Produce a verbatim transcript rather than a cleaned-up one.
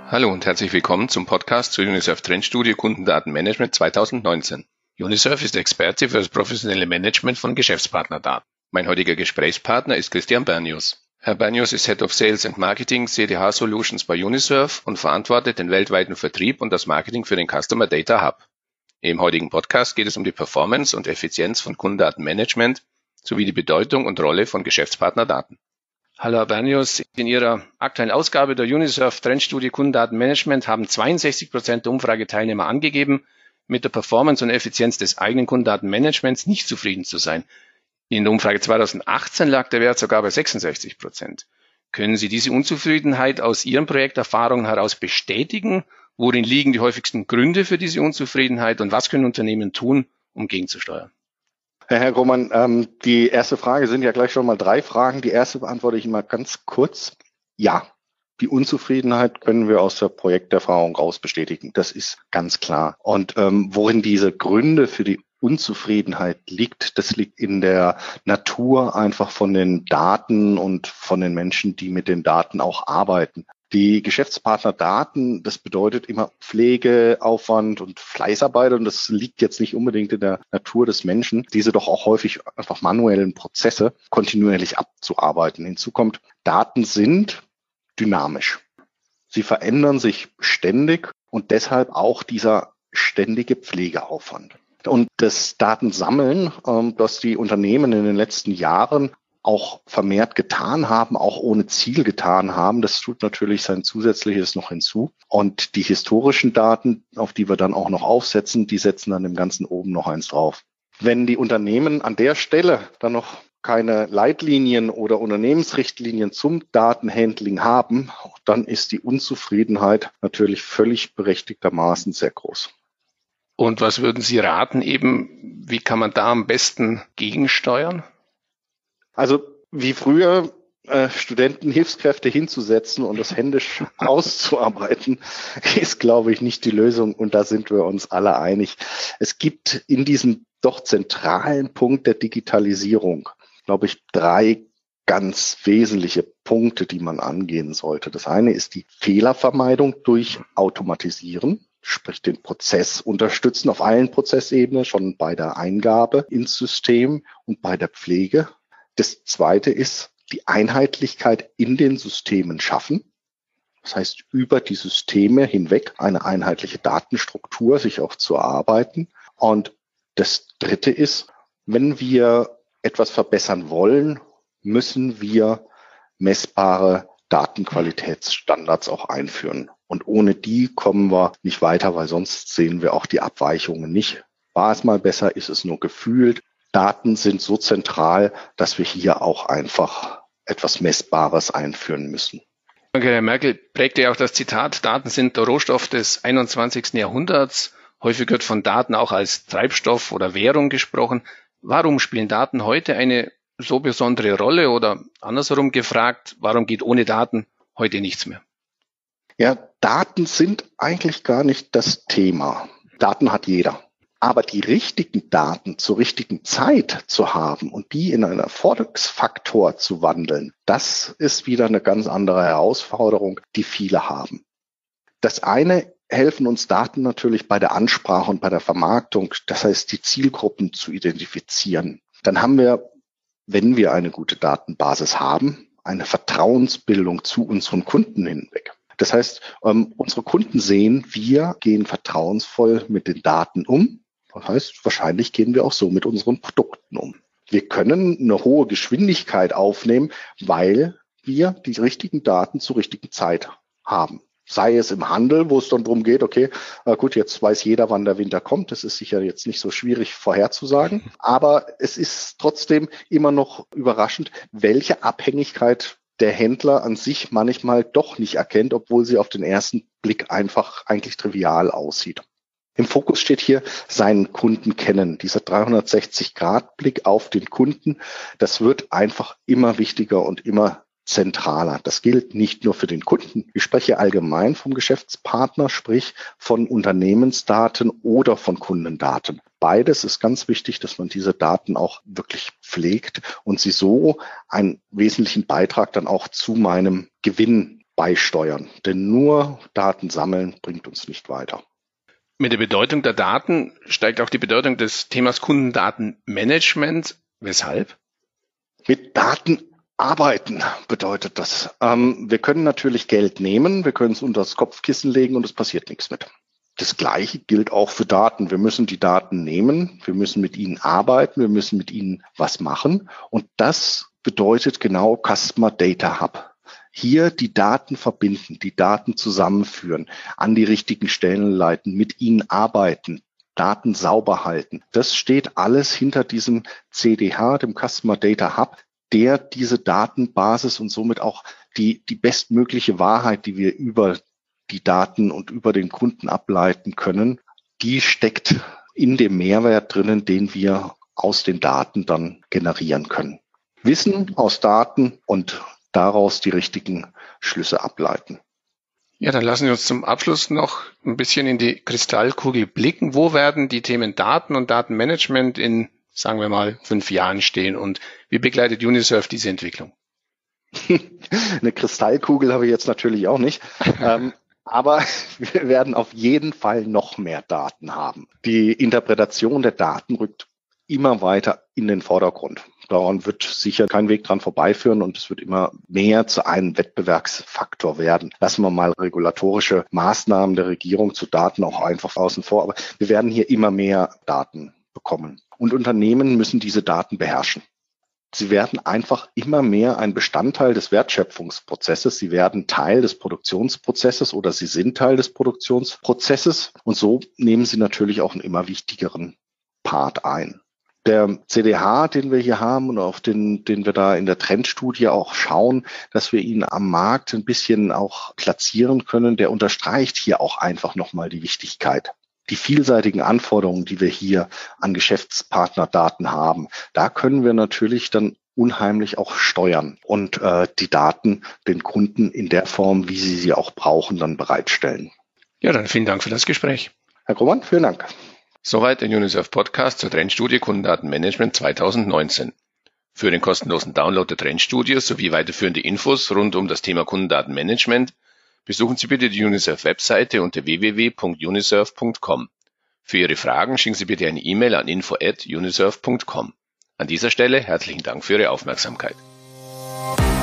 Hallo und herzlich willkommen zum Podcast zur Unisurf Trendstudie Kundendatenmanagement zweitausendneunzehn. Unisurf ist Experte für das professionelle Management von Geschäftspartnerdaten. Mein heutiger Gesprächspartner ist Christian Bernius. Herr Bernius ist Head of Sales and Marketing C D H Solutions bei Unisurf und verantwortet den weltweiten Vertrieb und das Marketing für den Customer Data Hub. Im heutigen Podcast geht es um die Performance und Effizienz von Kundendatenmanagement sowie die Bedeutung und Rolle von Geschäftspartnerdaten. Hallo Herr Bernius, in Ihrer aktuellen Ausgabe der Unisurf Trendstudie Kundendatenmanagement haben zweiundsechzig Prozent der Umfrageteilnehmer angegeben, mit der Performance und Effizienz des eigenen Kundendatenmanagements nicht zufrieden zu sein. In der Umfrage zweitausendachtzehn lag der Wert sogar bei sechsundsechzig Prozent. Können Sie diese Unzufriedenheit aus Ihren Projekterfahrungen heraus bestätigen? Worin liegen die häufigsten Gründe für diese Unzufriedenheit und was können Unternehmen tun, um gegenzusteuern? Herr Grohmann, ähm, die erste Frage sind ja gleich schon mal drei Fragen. Die erste beantworte ich mal ganz kurz. Ja, die Unzufriedenheit können wir aus der Projekterfahrung raus bestätigen. Das ist ganz klar. Und ähm, worin diese Gründe für die Unzufriedenheit liegt, das liegt in der Natur einfach von den Daten und von den Menschen, die mit den Daten auch arbeiten. Die Geschäftspartnerdaten, das bedeutet immer Pflegeaufwand und Fleißarbeit und das liegt jetzt nicht unbedingt in der Natur des Menschen, diese doch auch häufig einfach manuellen Prozesse kontinuierlich abzuarbeiten. Hinzu kommt, Daten sind dynamisch. Sie verändern sich ständig und deshalb auch dieser ständige Pflegeaufwand. Und das Datensammeln, das die Unternehmen in den letzten Jahren auch vermehrt getan haben, auch ohne Ziel getan haben. Das tut natürlich sein Zusätzliches noch hinzu. Und die historischen Daten, auf die wir dann auch noch aufsetzen, die setzen dann im Ganzen oben noch eins drauf. Wenn die Unternehmen an der Stelle dann noch keine Leitlinien oder Unternehmensrichtlinien zum Datenhandling haben, dann ist die Unzufriedenheit natürlich völlig berechtigtermaßen sehr groß. Und was würden Sie raten eben, wie kann man da am besten gegensteuern? Also wie früher äh, Studentenhilfskräfte hinzusetzen und das händisch auszuarbeiten, ist, glaube ich, nicht die Lösung. Und da sind wir uns alle einig. Es gibt in diesem doch zentralen Punkt der Digitalisierung, glaube ich, drei ganz wesentliche Punkte, die man angehen sollte. Das eine ist die Fehlervermeidung durch Automatisieren. Sprich den Prozess unterstützen auf allen Prozessebenen, schon bei der Eingabe ins System und bei der Pflege. Das zweite ist die Einheitlichkeit in den Systemen schaffen. Das heißt, über die Systeme hinweg eine einheitliche Datenstruktur sich auch zu erarbeiten. Und das dritte ist, wenn wir etwas verbessern wollen, müssen wir messbare Datenqualitätsstandards auch einführen. Und ohne die kommen wir nicht weiter, weil sonst sehen wir auch die Abweichungen nicht. War es mal besser, ist es nur gefühlt. Daten sind so zentral, dass wir hier auch einfach etwas Messbares einführen müssen. Angela Merkel prägte ja auch das Zitat, Daten sind der Rohstoff des einundzwanzigsten Jahrhunderts. Häufig wird von Daten auch als Treibstoff oder Währung gesprochen. Warum spielen Daten heute eine so besondere Rolle oder andersherum gefragt, warum geht ohne Daten heute nichts mehr? Ja, Daten sind eigentlich gar nicht das Thema. Daten hat jeder. Aber die richtigen Daten zur richtigen Zeit zu haben und die in einen Erfolgsfaktor zu wandeln, das ist wieder eine ganz andere Herausforderung, die viele haben. Das eine helfen uns Daten natürlich bei der Ansprache und bei der Vermarktung, das heißt die Zielgruppen zu identifizieren. Dann haben wir, wenn wir eine gute Datenbasis haben, eine Vertrauensbildung zu unseren Kunden hinweg. Das heißt, ähm, unsere Kunden sehen, wir gehen vertrauensvoll mit den Daten um. Das heißt, wahrscheinlich gehen wir auch so mit unseren Produkten um. Wir können eine hohe Geschwindigkeit aufnehmen, weil wir die richtigen Daten zur richtigen Zeit haben. Sei es im Handel, wo es dann darum geht, okay, äh gut, jetzt weiß jeder, wann der Winter kommt. Das ist sicher jetzt nicht so schwierig vorherzusagen. Aber es ist trotzdem immer noch überraschend, welche Abhängigkeit der Händler an sich manchmal doch nicht erkennt, obwohl sie auf den ersten Blick einfach eigentlich trivial aussieht. Im Fokus steht hier seinen Kunden kennen. Dieser dreihundertsechzig Grad Blick auf den Kunden, das wird einfach immer wichtiger und immer zentraler. Das gilt nicht nur für den Kunden. Ich spreche allgemein vom Geschäftspartner, sprich von Unternehmensdaten oder von Kundendaten. Beides ist ganz wichtig, dass man diese Daten auch wirklich pflegt und sie so einen wesentlichen Beitrag dann auch zu meinem Gewinn beisteuern. Denn nur Daten sammeln bringt uns nicht weiter. Mit der Bedeutung der Daten steigt auch die Bedeutung des Themas Kundendatenmanagement. Weshalb? Mit Daten arbeiten bedeutet das. Ähm, wir können natürlich Geld nehmen, wir können es unter das Kopfkissen legen und es passiert nichts mit. Das Gleiche gilt auch für Daten. Wir müssen die Daten nehmen, wir müssen mit ihnen arbeiten, wir müssen mit ihnen was machen. Und das bedeutet genau Customer Data Hub. Hier die Daten verbinden, die Daten zusammenführen, an die richtigen Stellen leiten, mit ihnen arbeiten, Daten sauber halten. Das steht alles hinter diesem C D H, dem Customer Data Hub, der diese Datenbasis und somit auch die, die bestmögliche Wahrheit, die wir über die Daten und über den Kunden ableiten können, die steckt in dem Mehrwert drinnen, den wir aus den Daten dann generieren können. Wissen aus Daten und daraus die richtigen Schlüsse ableiten. Ja, dann lassen Sie uns zum Abschluss noch ein bisschen in die Kristallkugel blicken. Wo werden die Themen Daten und Datenmanagement in, sagen wir mal, fünf Jahren stehen und wie begleitet Unisurf diese Entwicklung? Eine Kristallkugel habe ich jetzt natürlich auch nicht. ähm, aber wir werden auf jeden Fall noch mehr Daten haben. Die Interpretation der Daten rückt immer weiter in den Vordergrund. Daran wird sicher kein Weg dran vorbeiführen und es wird immer mehr zu einem Wettbewerbsfaktor werden. Lassen wir mal regulatorische Maßnahmen der Regierung zu Daten auch einfach außen vor. Aber wir werden hier immer mehr Daten bekommen. Und Unternehmen müssen diese Daten beherrschen. Sie werden einfach immer mehr ein Bestandteil des Wertschöpfungsprozesses. Sie werden Teil des Produktionsprozesses oder sie sind Teil des Produktionsprozesses. Und so nehmen sie natürlich auch einen immer wichtigeren Part ein. Der C D H, den wir hier haben und auf den, den wir da in der Trendstudie auch schauen, dass wir ihn am Markt ein bisschen auch platzieren können, der unterstreicht hier auch einfach nochmal die Wichtigkeit. Die vielseitigen Anforderungen, die wir hier an Geschäftspartnerdaten haben, da können wir natürlich dann unheimlich auch steuern und äh, die Daten den Kunden in der Form, wie sie sie auch brauchen, dann bereitstellen. Ja, dann vielen Dank für das Gespräch. Herr Grohmann, vielen Dank. Soweit der Unisurf Podcast zur Trendstudie Kundendatenmanagement zwanzig neunzehn. Für den kostenlosen Download der Trendstudie sowie weiterführende Infos rund um das Thema Kundendatenmanagement besuchen Sie bitte die Unisurf-Webseite unter w w w punkt unisurf punkt com. Für Ihre Fragen schicken Sie bitte eine E-Mail an info at unisurf punkt com. An dieser Stelle herzlichen Dank für Ihre Aufmerksamkeit.